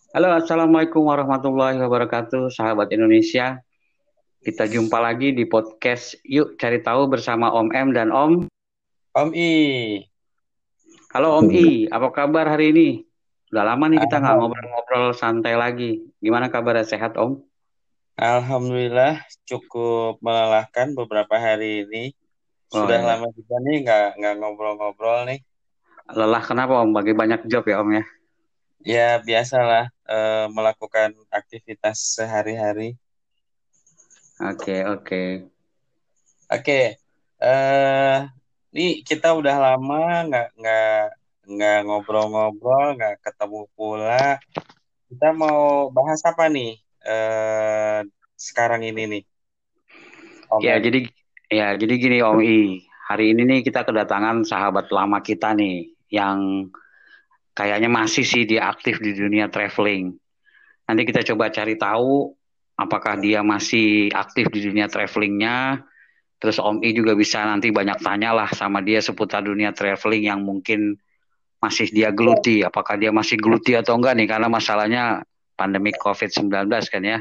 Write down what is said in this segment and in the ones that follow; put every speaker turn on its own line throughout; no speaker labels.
Halo, Assalamualaikum warahmatullahi wabarakatuh, sahabat Indonesia. Kita jumpa lagi di podcast Yuk Cari Tahu bersama Om M dan Om.
Om I,
Halo Om I, apa kabar hari ini? Udah lama nih kita nggak
Alham-
ngobrol-ngobrol santai lagi. Gimana kabarnya, sehat Om?
Alhamdulillah cukup melelahkan beberapa hari ini.
Oh
Sudah
ya,
lama juga nih nggak ngobrol-ngobrol nih.
lelah kenapa Om? Bagi banyak job ya Om ya?
Ya biasalah melakukan aktivitas sehari-hari.
Oke, oke.
Oke, eh nih kita udah lama nggak ngobrol-ngobrol, nggak ketemu pula. Kita mau bahas apa nih? Sekarang ini nih, Om
Ya,
M.
jadi gini Om I. Hari ini nih kita kedatangan sahabat lama kita nih yang kayaknya masih sih dia aktif di dunia traveling. Nanti kita coba cari tahu apakah dia masih aktif di dunia travelingnya. Terus Om I juga bisa nanti banyak tanya lah sama dia seputar dunia traveling yang mungkin masih dia geluti. Apakah dia masih geluti atau enggak nih? Karena masalahnya pandemi COVID-19 kan ya.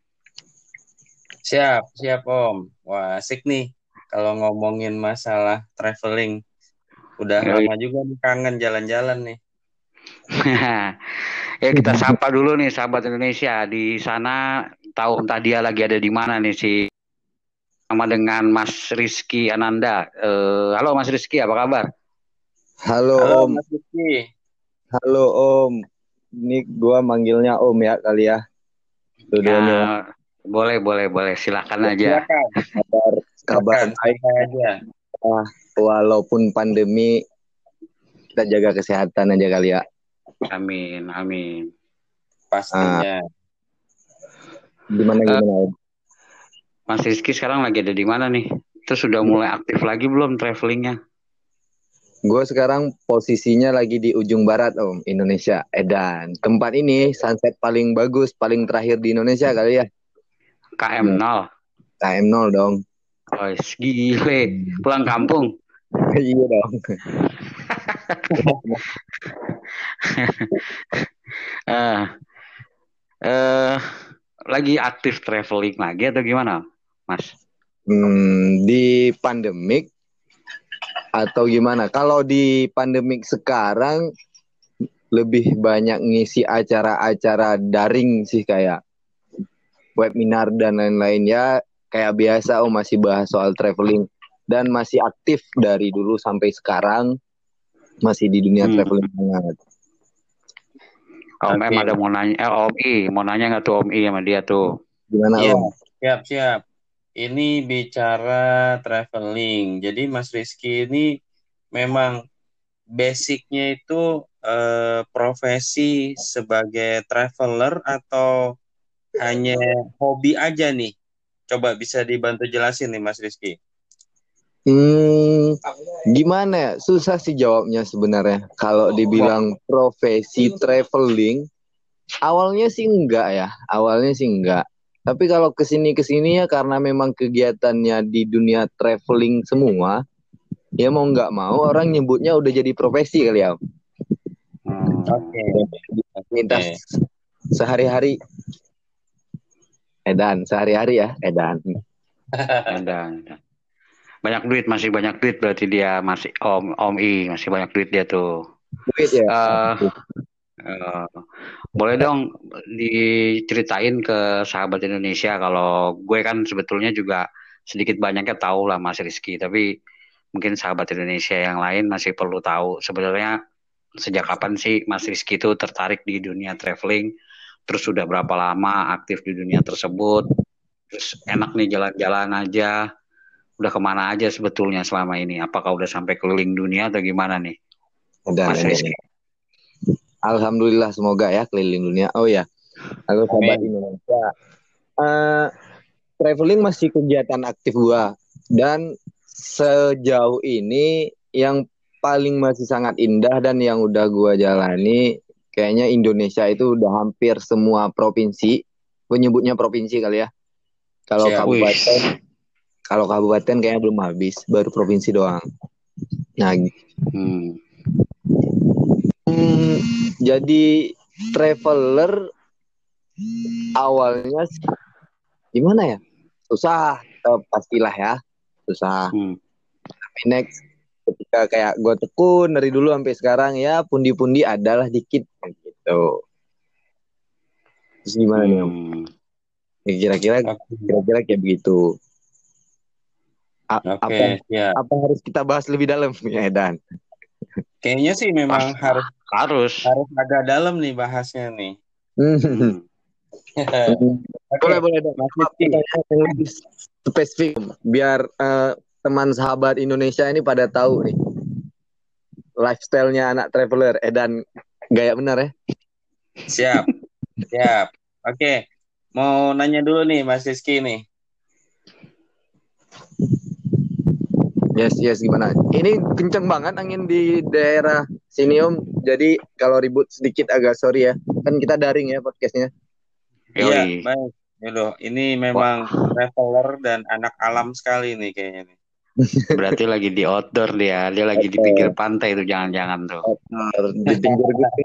Siap, siap Om. Wah, asik nih kalau ngomongin masalah traveling. Udah lama juga nih kangen jalan-jalan nih.
Ya kita sapa dulu nih sahabat Indonesia di sana, tahu entah dia lagi ada di mana nih si sama dengan Mas Rizky Ananda. Halo Mas Rizky, apa kabar?
Halo
Halo
Om,
Mas Rizky.
halo Om. Ini gua manggilnya Om ya kali ya. Dua-duanya.
Ya, boleh, silakan
Ya,
aja.
silakan,
Kabar kabar
silakan,
baik.
santai aja.
Ah, walaupun pandemi kita jaga kesehatan aja kali ya.
Amin, amin.
Ah,
Pastinya.
gimana
Eh,
gimana Om?
Mas Rizky sekarang lagi ada di mana nih? Terus sudah mulai aktif lagi belum travelingnya?
Gue sekarang posisinya lagi di ujung barat Om, Indonesia, Edan. Tempat ini sunset paling bagus, paling terakhir di Indonesia kali ya.
KM
Nah,
0.
KM0 dong.
Oh, gile. Pulang kampung.
Iya dong.
Eh, eh, lagi aktif traveling lagi atau gimana, Mas?
Di pandemik atau gimana? Kalau di pandemik sekarang lebih banyak ngisi acara-acara daring sih kayak webinar dan lain-lain ya kayak biasa masih bahas soal traveling dan masih aktif dari dulu sampai sekarang masih di dunia
Hmm.
traveling banget.
Om M
Oke.
ada mau nanya, Om I mau nanya nggak tuh Om I sama dia tuh?
Gimana
Iya,
Om?
siap, siap. Ini bicara traveling. Jadi Mas Rizky ini memang basicnya itu profesi sebagai traveler atau hanya hobi aja nih? Coba bisa dibantu jelasin nih Mas Rizky.
Hmm, Gimana ya? Susah sih jawabnya sebenarnya. Kalau dibilang profesi traveling, awalnya sih enggak ya. Awalnya sih enggak. Tapi kalau kesini ya karena memang kegiatannya di dunia traveling semua, ya mau nggak mau orang nyebutnya udah jadi profesi kali ya.
Hmm.
Oke,
Lintas
oke.
sehari-hari edan, sehari-hari ya edan.
Ada. Banyak duit, masih banyak duit berarti dia masih Om I masih banyak duit dia tuh.
Duit ya.
Eh, eh, Boleh dong diceritain ke sahabat Indonesia kalau gue kan sebetulnya juga sedikit banyaknya tahu lah Mas Rizky, tapi mungkin sahabat Indonesia yang lain masih perlu tahu sebenarnya sejak kapan sih Mas Rizky itu tertarik di dunia traveling, terus sudah berapa lama aktif di dunia tersebut, terus enak nih jalan-jalan aja, udah kemana aja sebetulnya selama ini, apakah udah sampai keliling dunia atau gimana nih
Edan,
Mas
edan.
Rizky?
Alhamdulillah semoga ya keliling dunia. Oh ya, halo sahabat
Amin.
Indonesia. Eh, Traveling masih kegiatan aktif gua dan sejauh ini yang paling masih sangat indah dan yang udah gua jalani kayaknya Indonesia itu udah hampir semua provinsi, penyebutnya provinsi kali ya. Kalau
Siap.
Wih,
kabupaten, kalau kabupaten kayaknya belum habis, baru provinsi doang. Nah,
hmm,
hmm, jadi traveler awalnya gimana ya? Susah, pastilah ya. Susah. Tapi next ketika kayak gue tekun dari dulu sampai sekarang ya pundi-pundi adalah dikit gitu. Terus gimana nih Om? Kira-kira kayak begitu.
Oke, ya.
Apa harus kita bahas lebih dalam ya Dan?
Kayaknya sih memang harus agak dalam nih bahasnya nih.
Boleh Dan. Yang lebih spesifik biar teman sahabat Indonesia ini pada tahu nih lifestyle-nya anak traveler. Dan gaya benar ya?
Siap. Oke. Mau nanya dulu nih Mas Rizky nih.
Yes, gimana? Ini kenceng banget angin di daerah sini Om. Jadi kalau ribut sedikit agak sorry ya. Kan kita daring ya podcastnya.
Iya, baik. Yaudah, ini memang traveler dan anak alam sekali nih kayaknya nih.
Berarti lagi di outdoor dia lagi di pinggir pantai itu jangan-jangan tuh.
Di pinggir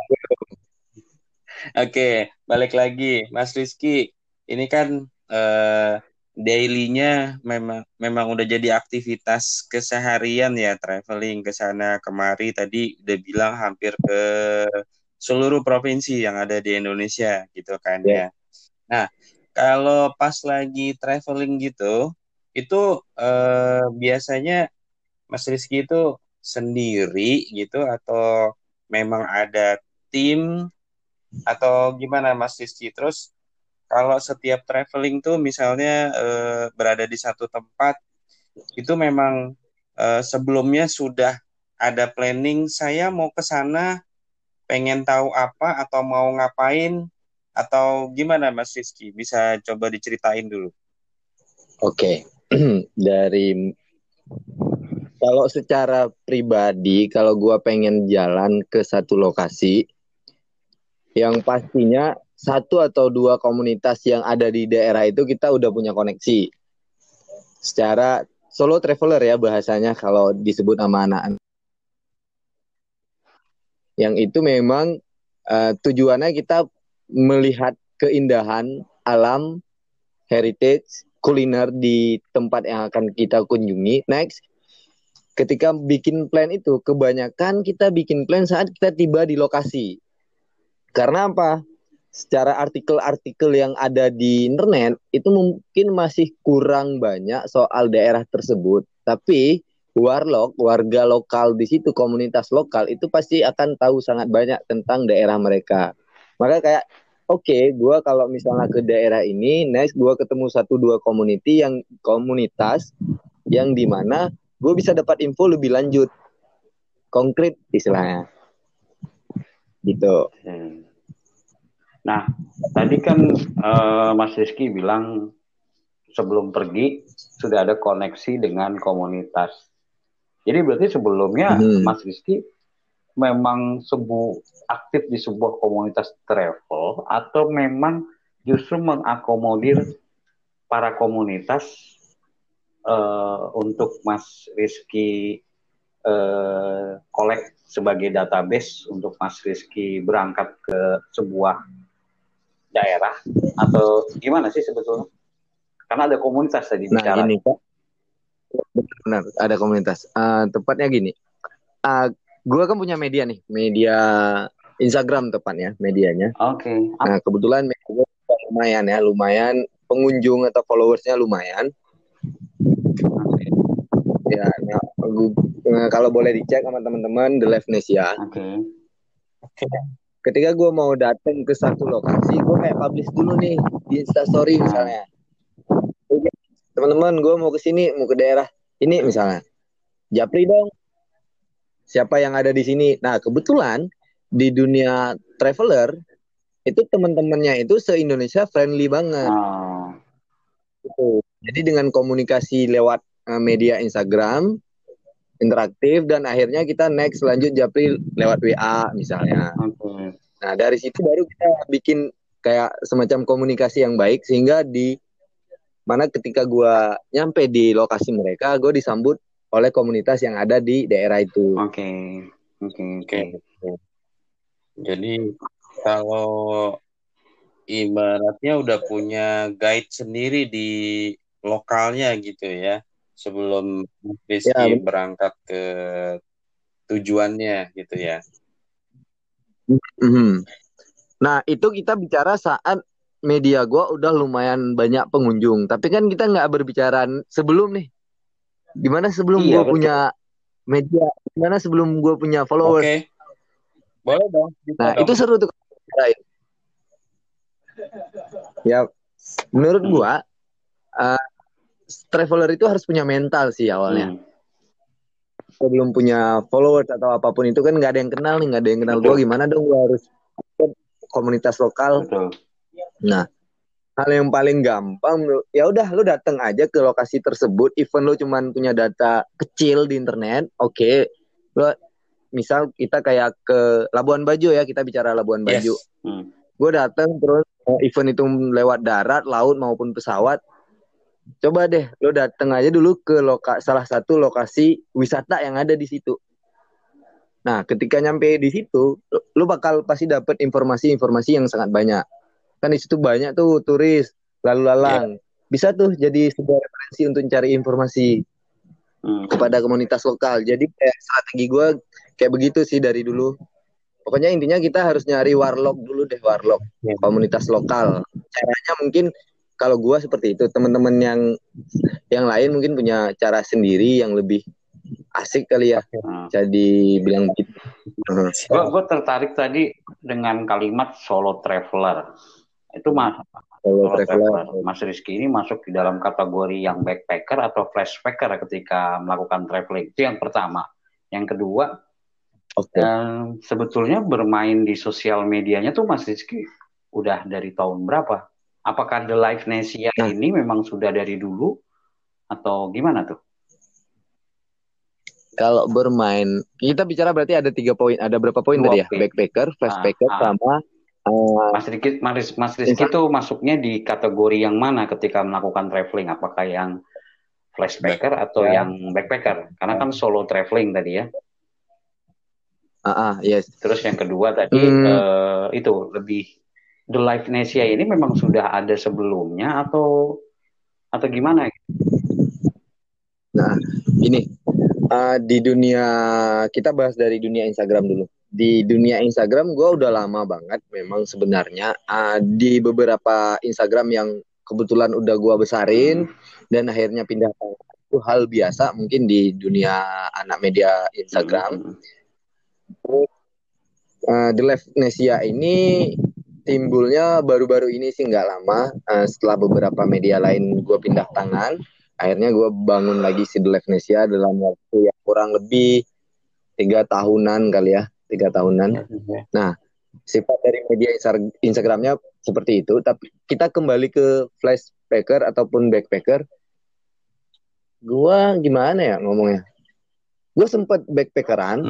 Oke, balik lagi Mas Rizky. Ini kan daily-nya memang udah jadi aktivitas keseharian ya, traveling ke sana kemari. Tadi udah bilang hampir ke seluruh provinsi yang ada di Indonesia gitu kan ya. Nah, kalau pas lagi traveling gitu, itu biasanya Mas Rizky itu sendiri gitu atau memang ada tim atau gimana Mas Rizky? Terus kalau setiap traveling tuh misalnya berada di satu tempat, itu memang sebelumnya sudah ada planning saya mau ke sana, pengen tahu apa atau mau ngapain atau gimana Mas Rizky? Bisa coba diceritain dulu.
Oke. Kalau secara pribadi, kalau gue pengen jalan ke satu lokasi, yang pastinya satu atau dua komunitas yang ada di daerah itu kita udah punya koneksi. Secara solo traveler ya bahasanya kalau disebut sama anak-anak. Yang itu memang tujuannya kita melihat keindahan alam, heritage, kuliner di tempat yang akan kita kunjungi. Next, ketika bikin plan itu, kebanyakan kita bikin plan saat kita tiba di lokasi. Karena apa? Secara artikel-artikel yang ada di internet, itu mungkin masih kurang banyak soal daerah tersebut. Tapi warga lokal di situ, komunitas lokal, itu pasti akan tahu sangat banyak tentang daerah mereka. Maka kayak, oke, gue kalau misalnya ke daerah ini, next gue ketemu 1-2 komunitas yang dimana gue bisa dapat info lebih lanjut, konkret istilahnya, gitu.
Nah, tadi kan Mas Rizky bilang sebelum pergi sudah ada koneksi dengan komunitas. Jadi berarti sebelumnya Mas Rizky memang aktif di sebuah komunitas travel atau memang justru mengakomodir para komunitas untuk Mas Rizky collect sebagai database untuk Mas Rizky berangkat ke sebuah daerah atau gimana sih sebetulnya? Karena ada komunitas tadi bicara.
Nah, ini Pak. Benar, ada komunitas. Tepatnya gini. Gue kan punya media nih, media Instagram tepatnya medianya.
Oke.
Nah, kebetulan media lumayan pengunjung atau followersnya lumayan. Ya, kalau boleh dicek sama teman-teman The Livenesia.
Oke.
Ketika gue mau datang ke satu lokasi, gue kayak publish dulu nih di Instastory misalnya. Oke, teman-teman, gue mau ke sini, mau ke daerah ini misalnya. Japri dong. Siapa yang ada di sini? Nah, kebetulan di dunia traveler itu teman-temannya itu se-Indonesia friendly banget. Gitu. Jadi dengan komunikasi lewat media Instagram interaktif dan akhirnya kita next lanjut Japri lewat WA misalnya. Nah, dari situ baru kita bikin kayak semacam komunikasi yang baik sehingga di mana ketika gue nyampe di lokasi mereka, gue disambut oleh komunitas yang ada di daerah itu.
Oke.
Jadi kalau ibaratnya udah punya guide sendiri di lokalnya gitu ya, sebelum
Ya,
Rizky berangkat ke tujuannya gitu ya.
mhm. Nah, itu kita bicara saat media gua udah lumayan banyak pengunjung. Tapi kan kita nggak berbicara sebelum nih. Gimana sebelum
Iya
gue
betul.
punya media? Gimana sebelum gue punya followers?
Oke, boleh dong, bisa
Nah, itu
dong.
seru tuh. Ya, menurut gua uh, traveler itu harus punya mental sih awalnya. Sebelum punya followers atau apapun itu kan nggak ada yang kenal nih, nggak ada yang kenal gua,
Betul,
gimana dong gua harus komunitas lokal.
betul.
Nah, hal yang paling gampang ya udah lu datang aja ke lokasi tersebut, even lu cuman punya data kecil di internet, oke. Lu misal kita kayak ke Labuan Bajo ya, kita bicara Labuan Bajo.
Yes.
Gue datang terus event itu lewat darat, laut maupun pesawat. Coba deh lo datang aja dulu ke salah satu lokasi wisata yang ada di situ. Nah, ketika nyampe di situ, lo bakal pasti dapat informasi-informasi yang sangat banyak. Kan di situ banyak tuh turis lalu lalang.
Yeah.
Bisa tuh jadi sebuah referensi untuk cari informasi kepada komunitas lokal. Jadi kayak strategi gue kayak begitu sih dari dulu. Pokoknya intinya kita harus nyari warlock dulu deh, warlock komunitas lokal. Caranya mungkin kalau gua seperti itu, teman-teman yang lain mungkin punya cara sendiri yang lebih asik kali ya. Jadi bilang begitu.
Gue tertarik tadi dengan kalimat solo traveler. Itu
Solo
solo
traveler.
traveler. Mas Rizky ini masuk di dalam kategori yang backpacker atau flashpacker ketika melakukan traveling. Itu yang pertama. Yang kedua, sebetulnya bermain di sosial medianya tuh Mas Rizky udah dari tahun berapa? Apakah The Live Nesia ini memang sudah dari dulu atau gimana tuh?
Kalau bermain, kita bicara berarti ada 3 poin. Ada berapa poin tadi ya? Backpacker, flashpacker, sama
Mas Rizky tuh masuknya di kategori yang mana ketika melakukan traveling? Apakah yang flashbacker atau yang backpacker? Karena kan solo traveling tadi ya.
Yes.
Terus yang kedua tadi itu lebih The Live Nesia ini memang sudah ada sebelumnya atau gimana?
Nah, ini di dunia, kita bahas dari dunia Instagram dulu. Di dunia Instagram gue udah lama banget memang sebenarnya. Di beberapa Instagram yang kebetulan udah gue besarin dan akhirnya pindah itu hal biasa mungkin di dunia anak media Instagram. The Live Nesia ini timbulnya baru-baru ini sih, nggak lama. Setelah beberapa media lain gue pindah tangan, akhirnya gue bangun lagi si The Live Nesia dalam waktu yang kurang lebih 3 tahunan kali ya, 3 tahunan. Nah, sifat dari media Instagramnya seperti itu. Tapi kita kembali ke flashbacker ataupun backpacker. Gue gimana ya ngomongnya? Gue sempet backpackeran,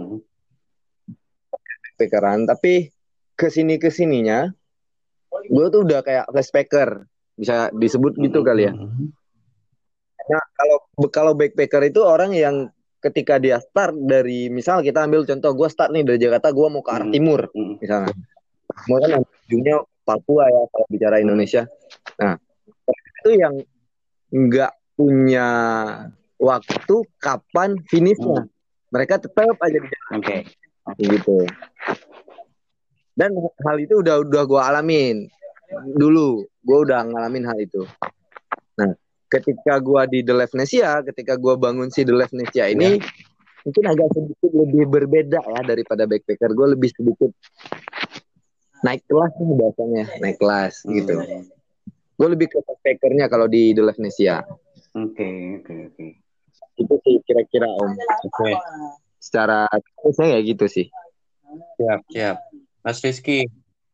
tapi kesininya gue tuh udah kayak flashbacker, bisa disebut gitu kali ya. Nah, kalau backpacker itu orang yang ketika dia start dari, misal kita ambil contoh, gue start nih dari Jakarta, gue mau ke arah timur misalnya, mau kan ujungnya Papua ya kalau bicara Indonesia. Nah, itu yang nggak punya waktu kapan finishnya, mereka tetap aja di jalan. Gitu. Dan hal itu udah gue alamin dulu, gue udah ngalamin hal itu. Nah, ketika gue di The Live Nesia, ketika gue bangun si The Live Nesia ini, mungkin agak sedikit lebih berbeda ya daripada backpacker. Gue lebih sedikit naik kelas nih bahasanya, naik kelas gitu. Gue lebih ke backpackernya kalau di The Live Nesia.
Oke.
Itu sih kira-kira Om. Secara saya kayak gitu sih.
Siap. Mas Rizky,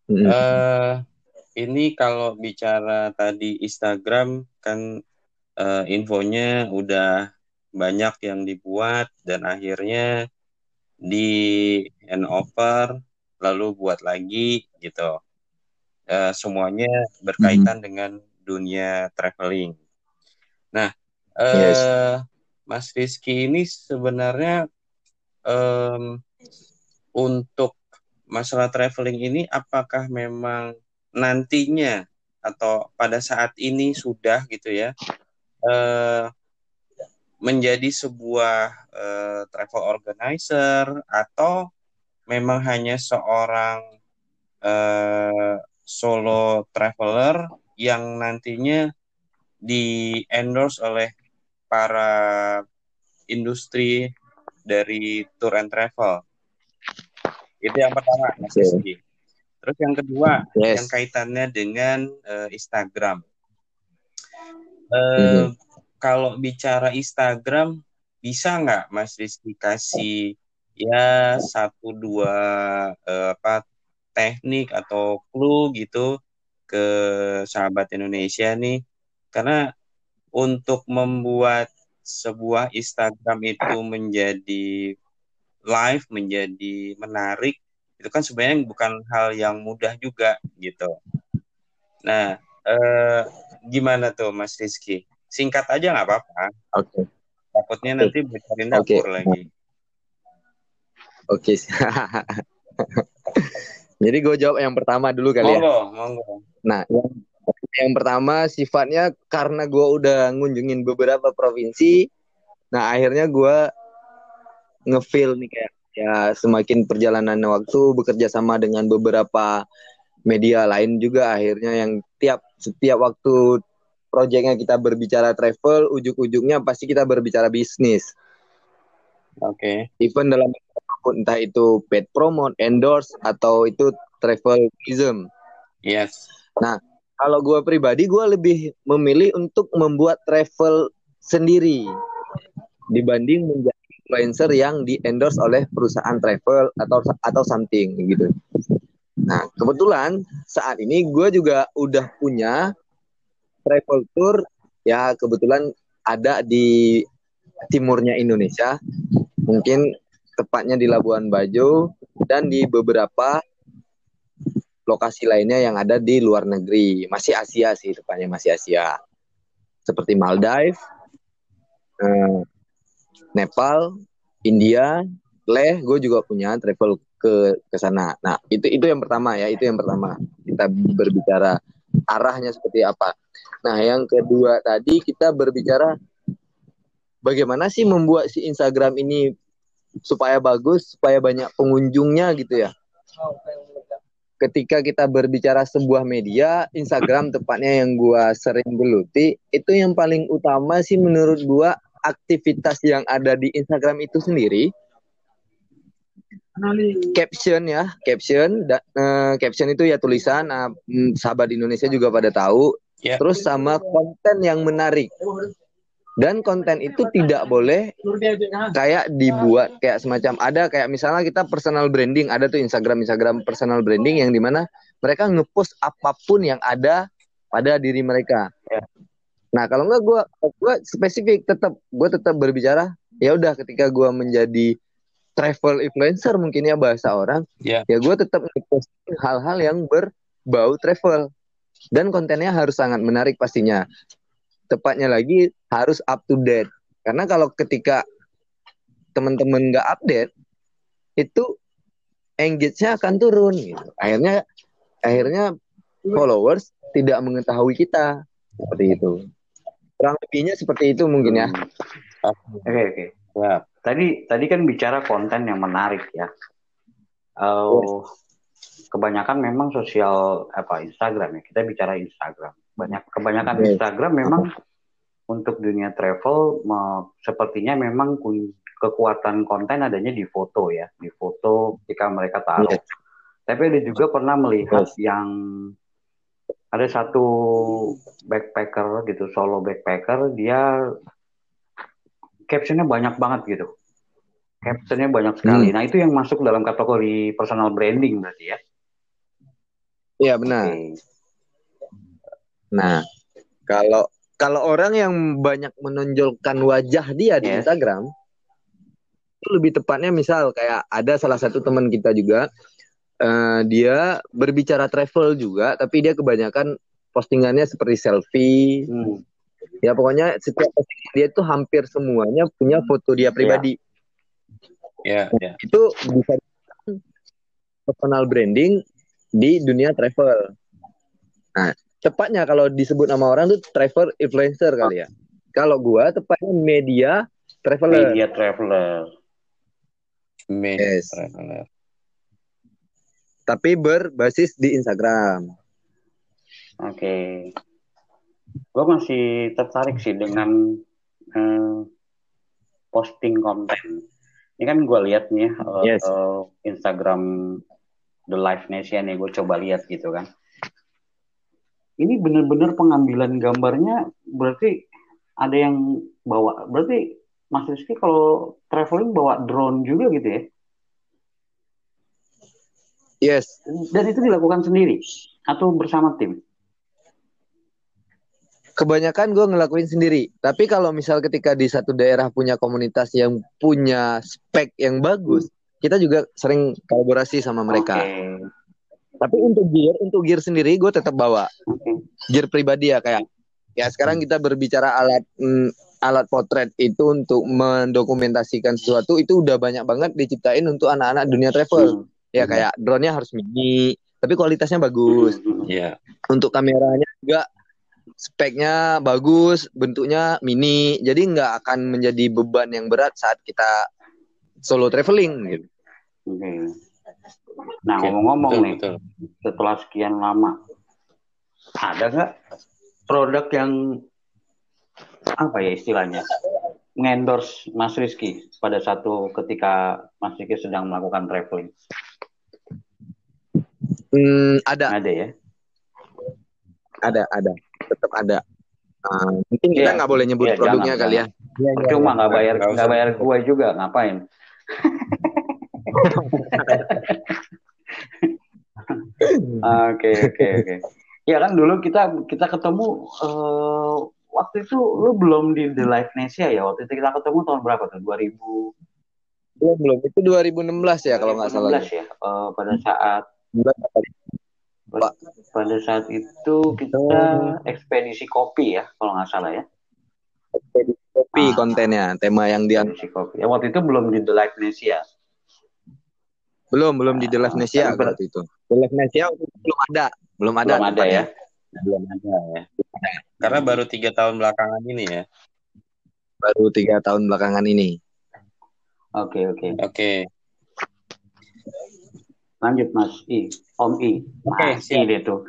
ini kalau bicara tadi Instagram kan infonya udah banyak yang dibuat dan akhirnya di handover lalu buat lagi gitu. Semuanya berkaitan dengan dunia traveling. Nah, Mas Rizky ini sebenarnya untuk masalah traveling ini apakah memang nantinya atau pada saat ini sudah gitu ya eh, menjadi sebuah travel organizer atau memang hanya seorang solo traveler yang nantinya di endorse oleh para industri dari tour and travel. Itu yang pertama, Mas Rizky. Terus yang kedua, yang kaitannya dengan Instagram. Kalau bicara Instagram, bisa nggak Mas Rizky kasih ya 1-2 teknik atau clue gitu ke sahabat Indonesia nih? Karena untuk membuat sebuah Instagram itu menjadi live, menjadi menarik, itu kan sebenarnya bukan hal yang mudah juga gitu. Nah, gimana tuh Mas Rizky? Singkat aja nggak apa-apa.
Oke.
Takutnya nanti bocorin dapur lagi.
Oke. Jadi gue jawab yang pertama dulu kali ya.
Monggo.
Nah, yang pertama sifatnya karena gue udah ngunjungin beberapa provinsi, nah akhirnya gue ngefeel nih kayak ya semakin perjalanan waktu bekerja sama dengan beberapa media lain juga akhirnya yang setiap waktu proyeknya kita berbicara travel, ujung-ujungnya pasti kita berbicara bisnis.
Oke.
Even dalam entah itu paid promote, endorse atau itu travel tourism.
Yes.
Nah, kalau gue pribadi gue lebih memilih untuk membuat travel sendiri dibanding menjadi influencer yang di endorse oleh perusahaan travel atau something gitu. Nah, kebetulan saat ini gue juga udah punya travel tour ya kebetulan ada di timurnya Indonesia, mungkin tepatnya di Labuan Bajo dan di beberapa lokasi lainnya yang ada di luar negeri, masih Asia sih tepatnya masih Asia, seperti Maldives, Nepal, India, gue juga punya travel ke sana. Nah itu yang pertama ya, itu yang pertama kita berbicara arahnya seperti apa. Nah yang kedua tadi kita berbicara bagaimana sih membuat si Instagram ini supaya bagus, supaya banyak pengunjungnya gitu ya. Ketika kita berbicara sebuah media, Instagram tepatnya yang gua sering geluti, itu yang paling utama sih menurut gua aktivitas yang ada di Instagram itu sendiri. Caption itu ya tulisan, sahabat di Indonesia juga pada tahu. Yeah. Terus sama konten yang menarik. Dan konten itu tidak boleh kayak dibuat kayak semacam ada kayak misalnya kita personal branding, ada tuh Instagram personal branding yang dimana mereka ngepost apapun yang ada pada diri mereka. Nah kalau enggak gue spesifik gue tetap berbicara ya udah ketika gue menjadi travel influencer mungkin ya bahasa orang, ya gue tetap ngepost hal-hal yang berbau travel dan kontennya harus sangat menarik pastinya. Tepatnya lagi harus up to date. Karena kalau ketika teman-teman nggak update, itu engage-nya akan turun. Gitu. Akhirnya followers tidak mengetahui kita. Seperti itu. Kurang lebihnya seperti itu mungkin ya.
Oke. Ya. Tadi kan bicara konten yang menarik ya. Kebanyakan memang sosial Instagram ya. Kita bicara Instagram. Kebanyakan Instagram memang untuk dunia travel sepertinya memang kekuatan konten adanya di foto ya, di foto ketika mereka taruh. Tapi ada juga pernah melihat yang ada satu backpacker gitu, solo backpacker, dia captionnya banyak banget gitu. Captionnya banyak sekali. Nah itu yang masuk dalam kategori personal branding berarti ya?
Iya benar. Nah kalau orang yang banyak menonjolkan wajah dia di Instagram, itu lebih tepatnya misal kayak ada salah satu teman kita juga, dia berbicara travel juga, tapi dia kebanyakan postingannya seperti selfie. Ya pokoknya setiap postingan dia itu hampir semuanya punya foto dia pribadi.
Ya.
Itu bisa personal branding di dunia travel. Nah, tepatnya kalau disebut nama orang tuh travel influencer kali ya. Kalau gua tepatnya media traveler.
Media traveler.
Yes.
Traveler.
Tapi berbasis di Instagram.
Oke. Gue masih tertarik sih dengan posting konten. Ini kan gue lihat nih
Yes.
Instagram The Live Nation nih, gue coba lihat gitu kan. Ini bener-bener pengambilan gambarnya berarti ada yang bawa. Berarti Mas Rizky kalau traveling bawa drone juga gitu ya?
Yes.
Dan itu dilakukan sendiri atau bersama tim?
Kebanyakan gue ngelakuin sendiri. Tapi kalau misal ketika di satu daerah punya komunitas yang punya spek yang bagus, kita juga sering kolaborasi sama mereka.
Okay.
Tapi untuk gear sendiri gue tetap bawa. Gear pribadi ya, kayak ya sekarang kita berbicara alat potret itu untuk mendokumentasikan sesuatu, itu udah banyak banget diciptain untuk anak-anak dunia travel. Ya kayak drone-nya harus mini, tapi kualitasnya bagus.
Iya.
Untuk kameranya juga speknya bagus, bentuknya mini, jadi nggak akan menjadi beban yang berat saat kita solo traveling gitu.
Nah, ngomong-ngomong nih, setelah sekian lama, ada nggak produk yang apa ya istilahnya mengendorse Mas Rizky pada satu ketika Mas Rizky sedang melakukan traveling?
Ada
ya?
Ada. Tetap ada. Mungkin kita nggak boleh nyebut produknya kali ya.
Percuma nggak bayar gue juga, ngapain? Oke. Ya kan dulu kita ketemu waktu itu lu belum di The Live Nesia ya. Waktu itu kita ketemu tahun berapa tuh? 2000.
Belum. Itu 2016 ya kalau nggak salah.
2016 ya. Pada saat itu kita ekspedisi kopi ya, kalau nggak salah ya.
Ekspedisi kopi kontennya, tema yang dia.
Ekspedisi kopi. Ya waktu itu belum di The Live Nesia.
Belum di The Live Nesia waktu itu. The Live Nesia belum ada
ya.
Belum ada ya. Karena baru 3 tahun belakangan ini ya.
Baru 3 tahun belakangan ini.
Oke.
Lanjut Mas Om I.
Oke,
siap deh tuh.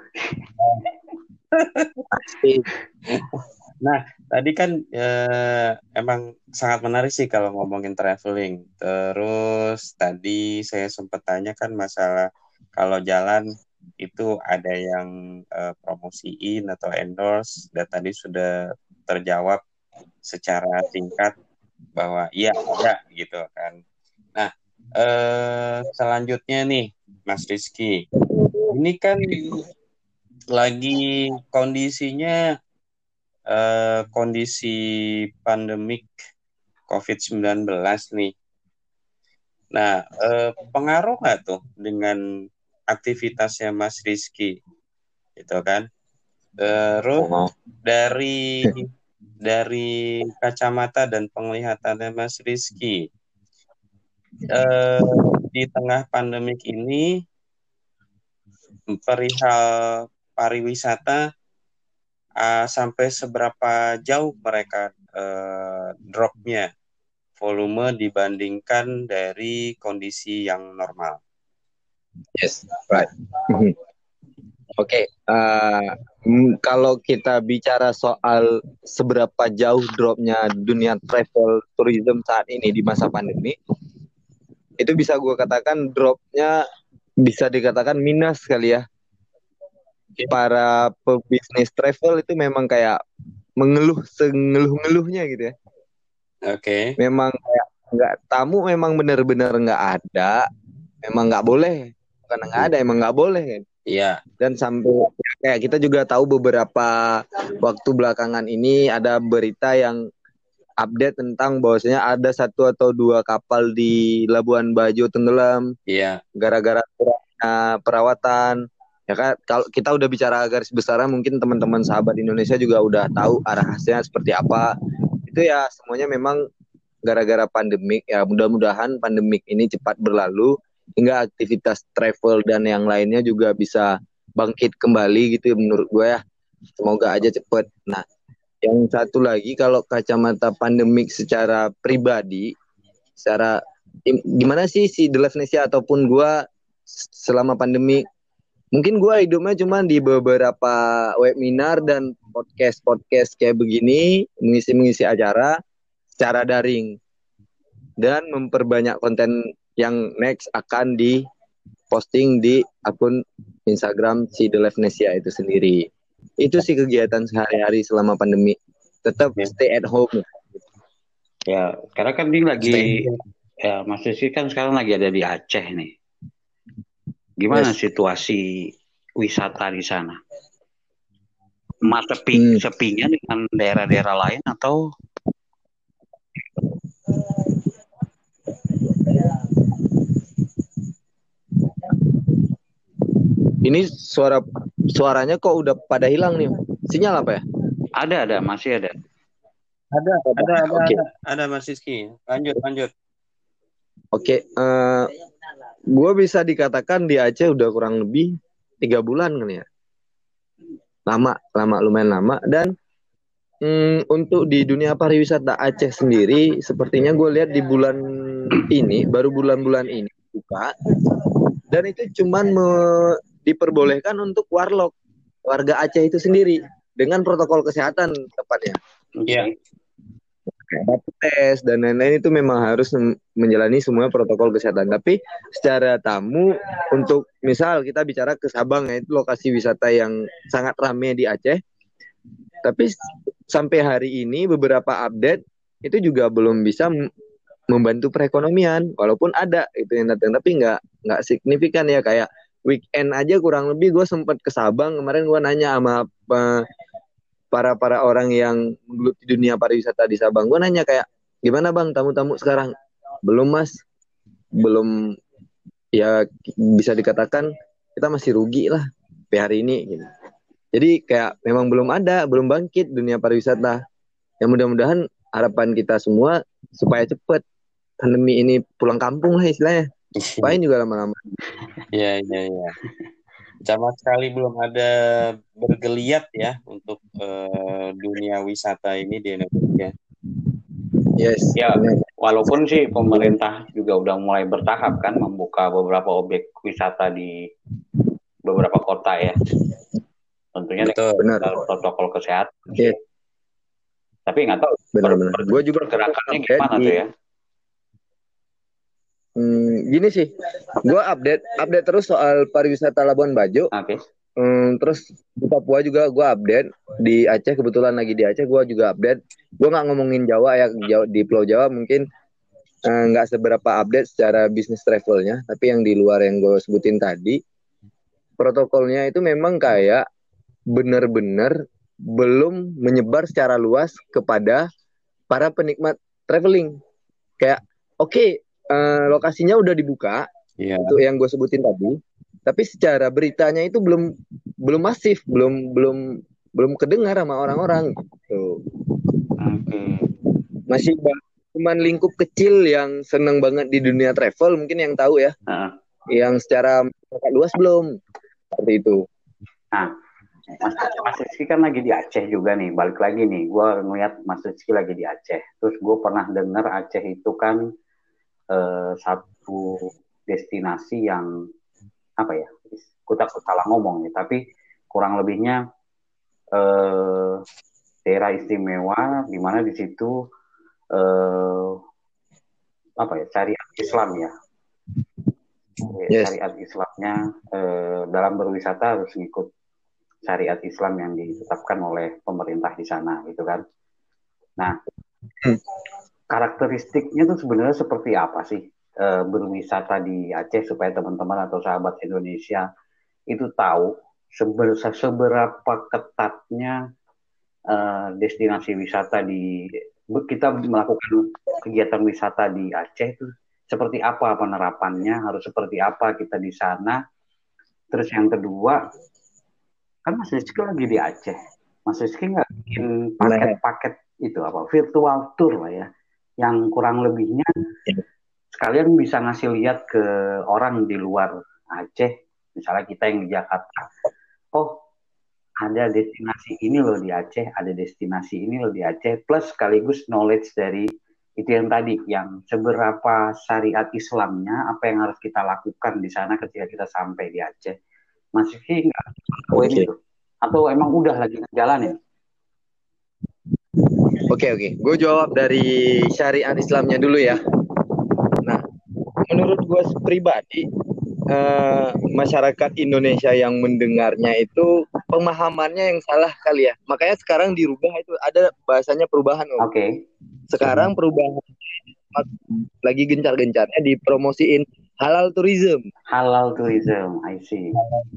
Nah, tadi kan emang sangat menarik sih kalau ngomongin traveling. Terus tadi saya sempat tanya kan masalah kalau jalan itu ada yang promosiin atau endorse, dan tadi sudah terjawab secara singkat bahwa iya ada gitu kan. Nah, selanjutnya nih Mas Rizky, ini kan lagi kondisinya kondisi pandemik COVID-19 nih. Nah, pengaruh nggak tuh dengan aktivitasnya Mas Rizky, gitu kan? Terus dari kacamata dan penglihatannya Mas Rizky, di tengah pandemik ini, perihal pariwisata, sampai seberapa jauh mereka dropnya volume dibandingkan dari kondisi yang normal?
Yes, right. Oke, kalau kita bicara soal seberapa jauh dropnya dunia travel tourism saat ini di masa pandemi, itu bisa gue katakan dropnya bisa dikatakan minus kali ya. Para pebisnis travel itu memang kayak mengeluh sengeluh-ngeluhnya gitu ya.
Oke.
Memang kayak tamu memang benar-benar nggak ada, memang nggak boleh, bukan nggak ada, emang nggak boleh kan.
Iya.
Dan sampai kayak kita juga tahu beberapa waktu belakangan ini ada berita yang update tentang bahwasanya ada 1 atau 2 kapal di Labuan Bajo tenggelam.
Iya.
Gara-gara perawatan. Ya kan, kalau kita udah bicara garis besarnya, mungkin teman-teman sahabat Indonesia juga udah tahu arahnya seperti apa. Itu ya semuanya memang gara-gara pandemik. Ya mudah-mudahan pandemik ini cepat berlalu. hingga aktivitas travel dan yang lainnya juga bisa bangkit kembali gitu menurut gue ya. Semoga aja cepet. Nah, yang satu lagi kalau kacamata pandemik secara pribadi, secara gimana sih si The Lefnesia ataupun gue selama pandemi? Mungkin gue hidupnya cuma di beberapa webinar dan podcast kayak begini, mengisi acara secara daring dan memperbanyak konten yang next akan diposting di akun Instagram si The Lefnesia itu sendiri. Itu sih kegiatan sehari-hari selama pandemi. Tetap stay at home.
Ya, karena kan dia lagi,
Stay.
ya Mas Rizky kan sekarang lagi ada di Aceh nih. Gimana
Yes.
situasi wisata di sana? Sepinya dengan daerah-daerah lain atau?
Ini suaranya kok udah pada hilang nih. Sinyal apa ya?
Ada, masih ada.
Ada, ada Mas Rizky. Lanjut.
Oke, gue bisa dikatakan di Aceh udah kurang lebih 3 bulan kan ya. Lumayan lama. Dan untuk di dunia pariwisata Aceh sendiri, sepertinya gue lihat di bulan ini, baru bulan-bulan ini buka, dan itu cuman diperbolehkan untuk warga Aceh itu sendiri dengan protokol kesehatan tepatnya.
Iya.
Rapid tes dan lain-lain itu memang harus menjalani semua protokol kesehatan. Tapi secara tamu, untuk misal kita bicara ke Sabang, ya, itu lokasi wisata yang sangat ramai di Aceh. Tapi sampai hari ini beberapa update itu juga belum bisa membantu perekonomian, walaupun ada itu yang datang, tapi nggak signifikan ya. Kayak weekend aja kurang lebih gue sempat ke Sabang kemarin, gue nanya sama para orang yang menggeluti dunia pariwisata di Sabang. Gue nanya kayak, gimana bang tamu-tamu sekarang? Belum mas, belum, ya bisa dikatakan kita masih rugi lah sampai hari ini gitu. Jadi kayak memang belum bangkit dunia pariwisata. Ya mudah-mudahan harapan kita semua supaya cepet pandemi ini pulang kampung lah istilahnya. Paling juga lama-lama.
Iya. Sama sekali belum ada bergeliat ya untuk dunia wisata ini di Indonesia.
Yes.
Ya, walaupun sih pemerintah juga udah mulai bertahap kan membuka beberapa objek wisata di beberapa kota ya. Tentunya dengan protokol kesehatan.
Yes.
Tapi nggak tahu.
Benar. Gue juga
gerakannya gimana tuh ya?
Gini sih, gue update terus soal pariwisata Labuan Bajo.
Oke.
Terus di Papua juga gue update, di Aceh kebetulan lagi di Aceh gue juga update. Gue nggak ngomongin Jawa ya, di Pulau Jawa mungkin nggak seberapa update secara bisnis travelnya, tapi yang di luar yang gue sebutin tadi, protokolnya itu memang kayak benar-benar belum menyebar secara luas kepada para penikmat traveling. Kayak oke, lokasinya udah dibuka, itu yang gue sebutin tadi, tapi secara beritanya itu belum masif, belum kedengar sama orang-orang gitu. Masih cuman lingkup kecil yang seneng banget di dunia travel mungkin yang tahu ya. Yang secara luas belum seperti itu.
Nah, Mas Rizky kan lagi di Aceh juga nih, balik lagi nih, gue ngeliat Mas Rizky lagi di Aceh. Terus gue pernah dengar Aceh itu kan satu destinasi yang apa ya, gue takut salah ngomong nih, tapi kurang lebihnya daerah istimewa di mana di situ apa ya, syariat Islam ya. Yes. Syariat Islamnya dalam berwisata harus ngikut syariat Islam yang ditetapkan oleh pemerintah di sana gitu kan. Nah, karakteristiknya tuh sebenarnya seperti apa sih berwisata di Aceh supaya teman-teman atau sahabat Indonesia itu tahu seberapa ketatnya destinasi wisata kita melakukan kegiatan wisata di Aceh itu seperti apa penerapannya, harus seperti apa kita di sana. Terus yang kedua, kan Mas Rizky lagi di Aceh, Mas Rizky nggak bikin paket-paket itu apa virtual tour lah ya, yang kurang lebihnya sekalian bisa ngasih lihat ke orang di luar Aceh, misalnya kita yang di Jakarta, oh ada destinasi ini loh di Aceh, ada destinasi ini loh di Aceh, plus sekaligus knowledge dari itu yang tadi, yang seberapa syariat Islamnya, apa yang harus kita lakukan di sana ketika kita sampai di Aceh. Masih sih nggak poin
Oke.
itu? Atau emang udah lagi ngejalanin?
Oke. Gue jawab dari syariat Islamnya dulu ya. Nah, menurut gue pribadi, masyarakat Indonesia yang mendengarnya itu pemahamannya yang salah kali ya. Makanya sekarang dirubah, itu ada bahasanya perubahan, Om.
Oke.
Sekarang perubahan lagi gencar-gencarnya dipromosiin halal tourism.
Halal tourism, I see.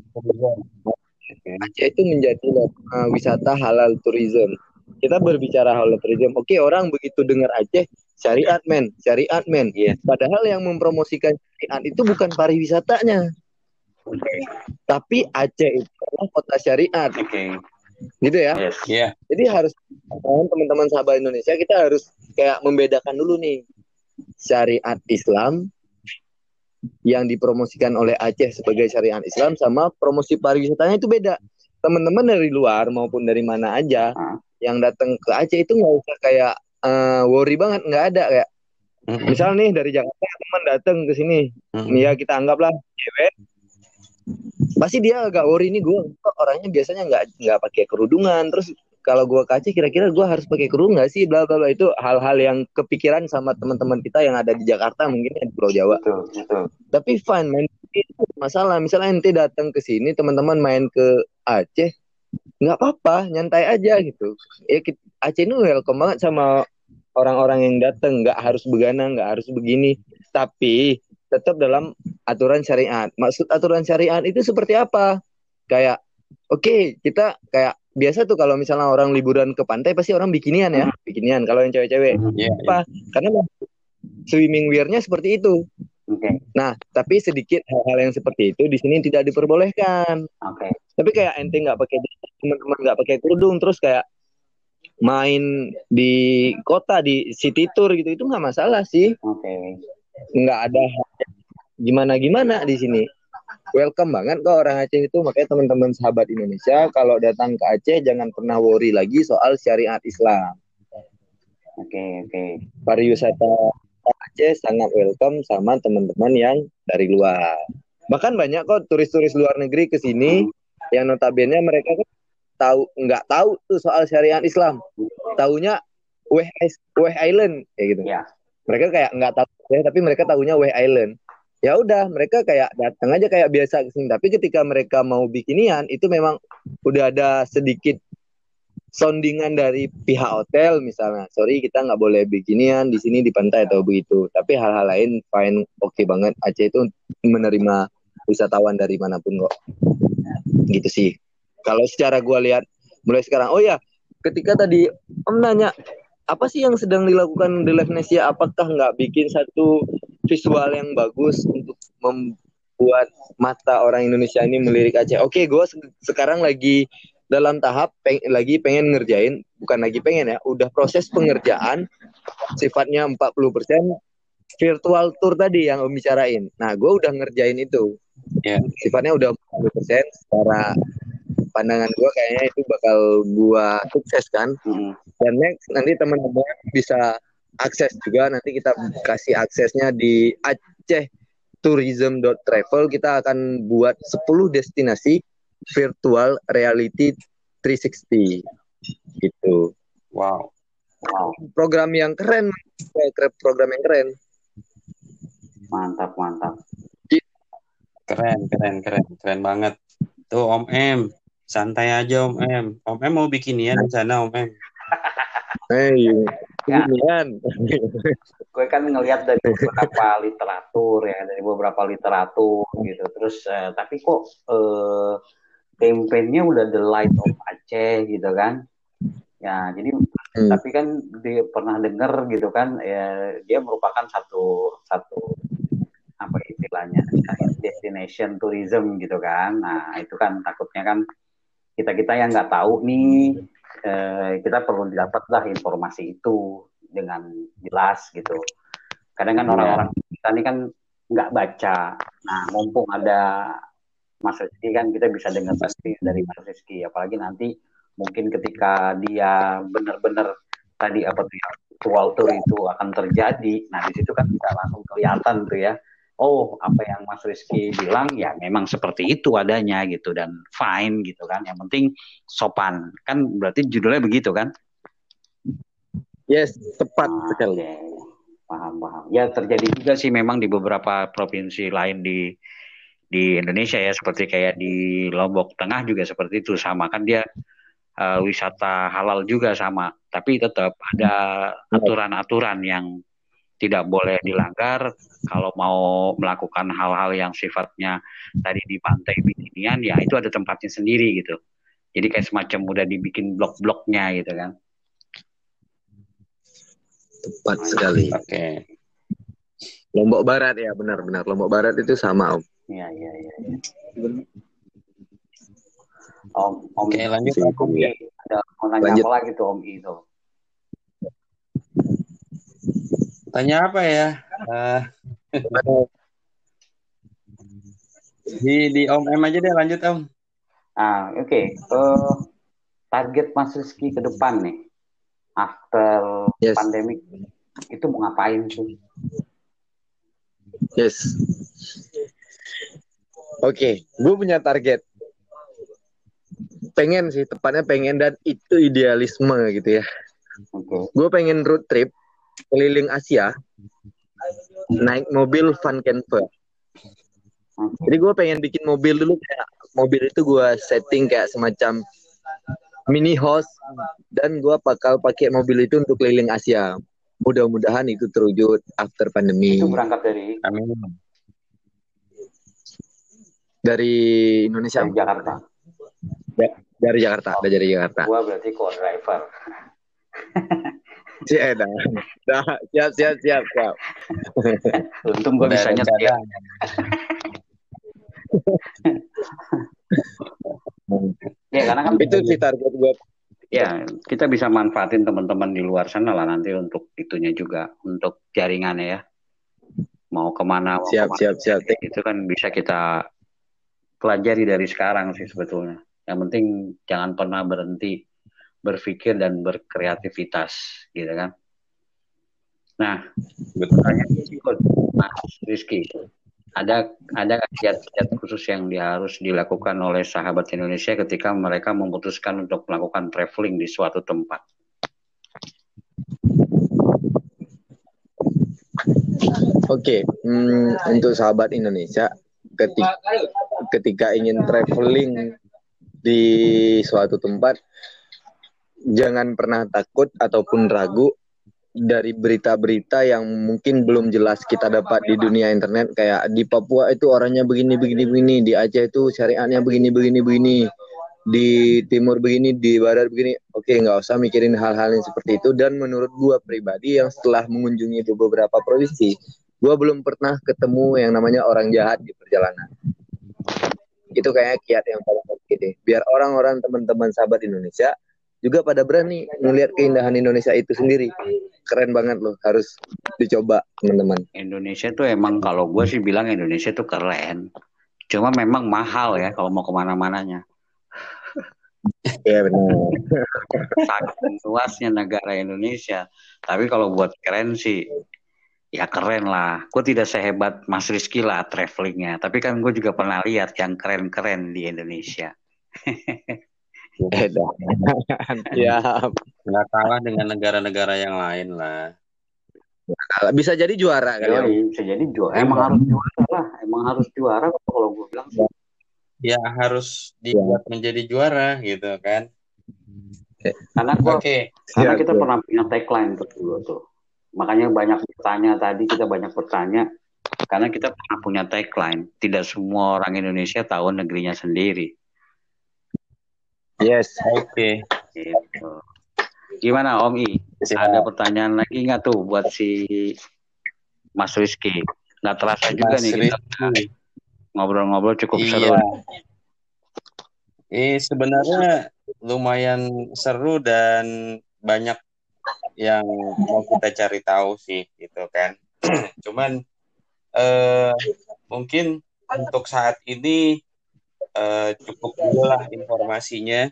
Okay.
Aceh itu menjadi wisata halal tourism. Kita berbicara halal tourism. Oke, orang begitu dengar Aceh, syariat men.
Yes.
Padahal yang mempromosikan syariat itu bukan pariwisatanya. Tapi Aceh itu adalah kota syariat.
Oke.
Gitu ya.
Yes.
Iya.
Jadi harus teman-teman sahabat Indonesia, kita harus kayak membedakan dulu nih syariat Islam yang dipromosikan oleh Aceh sebagai syariat Islam sama promosi pariwisatanya itu beda. Teman-teman dari luar maupun dari mana aja yang datang ke Aceh itu nggak usah kayak worry banget, nggak ada kayak misal nih dari Jakarta teman datang ke sini, ya kita anggaplah cewek, pasti dia agak worry nih, gue orangnya biasanya nggak pakai kerudungan, terus kalau gue ke Aceh kira-kira gue harus pakai kerudung nggak sih, bla bla bla. Itu hal-hal yang kepikiran sama teman-teman kita yang ada di Jakarta, mungkin di Pulau Jawa.
Betul.
Tapi fine, main itu masalah. Misalnya ente datang ke sini, teman-teman main ke Aceh, nggak apa-apa, nyantai aja gitu. Ya Aceh ini welcome banget sama orang-orang yang datang, nggak harus begadang, nggak harus begini. Tapi tetap dalam aturan syariat. Maksud aturan syariat itu seperti apa? Kayak oke, kita kayak biasa tuh kalau misalnya orang liburan ke pantai pasti orang bikinian ya, bikinian kalau yang cewek-cewek. Apa? Karena swimming wear-nya seperti itu. Nah, tapi sedikit hal-hal yang seperti itu di sini tidak diperbolehkan. Tapi kayak ente nggak pakai, teman-teman nggak pakai kerudung, terus kayak main di kota di city tour gitu, itu nggak masalah sih. Nggak ada gimana-gimana di sini. Welcome banget kok orang Aceh itu. Makanya teman-teman sahabat Indonesia kalau datang ke Aceh jangan pernah worry lagi soal syariat Islam.
Oke.
Pariwisata Aceh sangat welcome sama teman-teman yang dari luar. Bahkan banyak kok turis-turis luar negeri ke sini yang notabene mereka kan nggak tahu tuh soal syariat Islam. Taunya Weh Island kayak gitu.
Yeah.
Mereka kayak nggak tahu ya, tapi mereka tahunya Weh Island. Ya udah, mereka kayak datang aja kayak biasa ke sini. Tapi ketika mereka mau bikinian, itu memang udah ada sedikit soundingan dari pihak hotel misalnya. Sorry, kita nggak boleh bikinian di sini di pantai atau begitu. Tapi hal-hal lain fine, oke banget. Aceh itu menerima wisatawan dari manapun kok. Gitu sih. Kalau secara gue lihat mulai sekarang. Oh ya, ketika tadi Om nanya apa sih yang sedang dilakukan di Livenesia, apakah nggak bikin satu visual yang bagus untuk membuat mata orang Indonesia ini melirik Aceh. Oke, gue sekarang lagi dalam tahap lagi pengen ngerjain, bukan lagi pengen ya, udah proses pengerjaan sifatnya 40% virtual tour tadi yang Om bicarain. Nah, gue udah ngerjain itu. Sifatnya udah 40%, secara pandangan gue kayaknya itu bakal gue sukses kan. Dan next nanti teman-teman bisa akses juga, nanti kita kasih aksesnya di aceh-tourism.travel. Kita akan buat 10 destinasi virtual reality 360 gitu.
Wow.
Program yang keren.
Mantap.
Keren banget. Tuh Om M, santai aja Om M. Om M mau bikinian di sana Om M.
Bikinian.
Gue kan ngelihat dari beberapa literatur gitu. Terus tapi kok kampanyenya udah The Light of Aceh gitu kan. Ya, jadi tapi kan dia pernah dengar gitu kan, ya dia merupakan satu apa istilahnya, destination tourism gitu kan. Nah, itu kan takutnya kan kita yang nggak tahu nih, kita perlu dapatlah informasi itu dengan jelas gitu. Kadang kan
Iya.
orang-orang kita ini kan nggak baca. Nah, mumpung ada Mas Rizky kan kita bisa dengar
Pasti.
dari Mas Rizky. Apalagi nanti mungkin ketika dia benar-benar tadi apa tuh ya, virtual tour itu akan terjadi. Nah, di situ kan bisa langsung kelihatan tuh ya. Oh, apa yang Mas Rizky bilang ya memang seperti itu adanya gitu dan fine gitu kan. Yang penting sopan. Kan berarti judulnya begitu kan?
Yes, tepat
Nah,
sekali.
oke. Paham. Ya terjadi juga sih memang di beberapa provinsi lain di Indonesia ya, seperti kayak di Lombok Tengah juga seperti itu, sama kan dia wisata halal juga sama, tapi tetap ada aturan-aturan yang tidak boleh dilanggar. Kalau mau melakukan hal-hal yang sifatnya tadi di pantai beginian ya itu ada tempatnya sendiri gitu, jadi kayak semacam udah dibikin blok-bloknya gitu kan.
Tepat sekali.
Oke.
Lombok Barat ya, benar-benar. Lombok Barat itu sama, Om.
Iya. Om
Oke, lanjut
Om I, ada mau nanya
Lanjut.
apa lagi tuh Om I itu?
Tanya apa ya? Di Om M aja deh, lanjut Om.
Oke. Target Mas Rizky ke depan nih, after
Yes.
pandemic, itu mau ngapain sih?
Yes. Oke, gue punya target. Pengen sih, tepatnya pengen, dan itu idealisme gitu ya.
Oke.
Gue pengen road trip keliling Asia, naik mobil van camper. Jadi gue pengen bikin mobil dulu, kayak mobil itu gue setting kayak semacam mini house, dan gue bakal pakai mobil itu untuk keliling Asia. Mudah-mudahan itu terwujud after pandemi.
Itu berangkat dari
Amin.
Dari Indonesia.
dari Jakarta.
Dari Jakarta, dari Jakarta.
Gua berarti co-driver.
Siap.
Untung gue bisa nyetir. Ya karena kan
itu sih target gue.
Ya kita bisa manfaatin teman-teman di luar sana lah nanti untuk itunya juga, untuk jaringannya ya. Mau kemana?
Siap.
Itu kan bisa kita pelajari dari sekarang sih sebetulnya. Yang penting jangan pernah berhenti berpikir dan berkreativitas, gitu kan. Nah, pertanyaan Mas Rizky, ada kiat-kiat khusus yang harus dilakukan oleh sahabat Indonesia ketika mereka memutuskan untuk melakukan traveling di suatu tempat?
Oke, untuk sahabat Indonesia ketika ingin traveling di suatu tempat, jangan pernah takut ataupun ragu dari berita-berita yang mungkin belum jelas kita dapat di dunia internet. Kayak di Papua itu orangnya begini, di Aceh itu syariatnya begini, di timur begini, di barat begini. Oke, nggak usah mikirin hal-hal yang seperti itu. Dan menurut gua pribadi yang setelah mengunjungi beberapa provinsi, gua belum pernah ketemu yang namanya orang jahat di perjalanan. Itu kayaknya kiat yang paling penting deh. Biar orang-orang, teman-teman sahabat Indonesia juga pada berani melihat keindahan Indonesia itu sendiri. Keren banget loh, harus dicoba teman-teman.
Indonesia tuh emang, kalau gue sih bilang Indonesia tuh keren. Cuma memang mahal ya kalau mau kemana-mananya.
Iya benar.
Saking luasnya negara Indonesia. Tapi kalau buat keren sih, ya keren lah. Gue tidak sehebat Mas Rizky lah travelingnya. Tapi kan gue juga pernah lihat yang keren-keren di Indonesia.
Ya,
nggak kalah dengan negara-negara yang lain lah.
bisa jadi juara kali ya.
Bisa jadi juara. Emang harus juara lah. Emang harus juara kalau gue bilang sih.
Ya harus dibuat menjadi juara gitu kan.
Karena kita pernah punya tagline tuh. Makanya banyak bertanya tadi, kita banyak bertanya karena kita pernah punya tagline. Tidak semua orang Indonesia tahu negerinya sendiri.
Yes.
Oke.
Gitu. Gimana Om I? Ada pertanyaan lagi nggak tuh buat si Mas Rizky? Nggak terasa juga nih kita ngobrol-ngobrol cukup seru.
Sebenarnya lumayan seru dan banyak yang mau kita cari tahu sih gitu kan. Cuman mungkin untuk saat ini cukup dulu lah informasinya.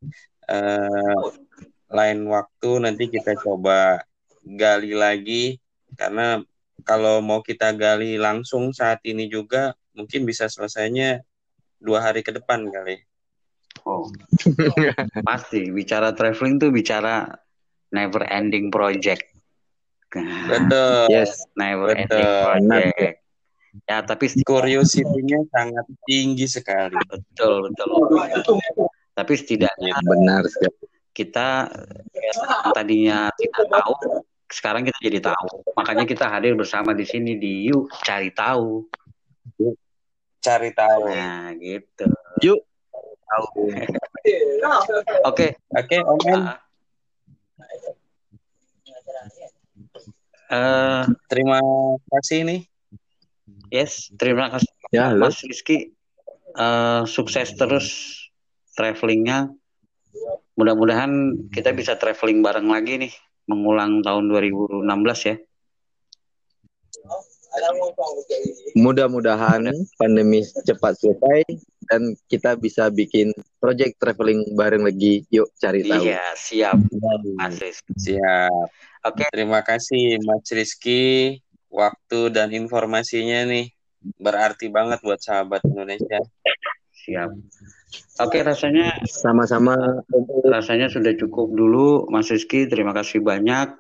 Lain waktu nanti kita coba gali lagi, karena kalau mau kita gali langsung saat ini juga mungkin bisa selesainya 2 hari ke depan kali.
Oh, pasti bicara traveling tuh bicara never ending project.
Betul.
Yes.
Never ending
Betul.
project. Ya, tapi
Curiosity-nya sangat tinggi sekali.
betul. Tapi setidaknya
Benar sekali.
kita yang tadinya tidak tahu, sekarang kita jadi tahu. Makanya kita hadir bersama di sini di Yuk Cari Tahu.
Cari tahu.
Nah, gitu.
Yuk.
Oke.
Oke, Om En. Terima kasih nih.
Yes, terima kasih
Ya,
Mas Rizky. Sukses terus travelingnya. Mudah-mudahan kita bisa traveling bareng lagi nih, mengulang tahun 2016 ya.
Mudah-mudahan pandemi cepat selesai dan kita bisa bikin project traveling bareng lagi. Yuk cari tahu.
Iya, siap Mas Rizky.
Siap.
Oke.
Terima kasih Mas Rizky. Waktu dan informasinya nih berarti banget buat sahabat Indonesia.
Siap. Oke, rasanya
Sama-sama.
Rasanya sudah cukup dulu Mas Rizky. Terima kasih banyak.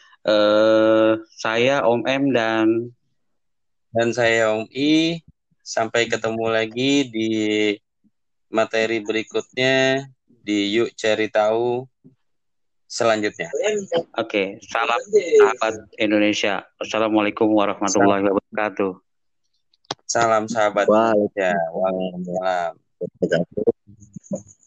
Saya Om M
dan saya Om I. Sampai ketemu lagi di materi berikutnya di Yuk Cari Tahu selanjutnya.
Oke, salam sahabat Indonesia. Assalamualaikum warahmatullahi wabarakatuh.
Salam sahabat Indonesia. Waalaikumsalam.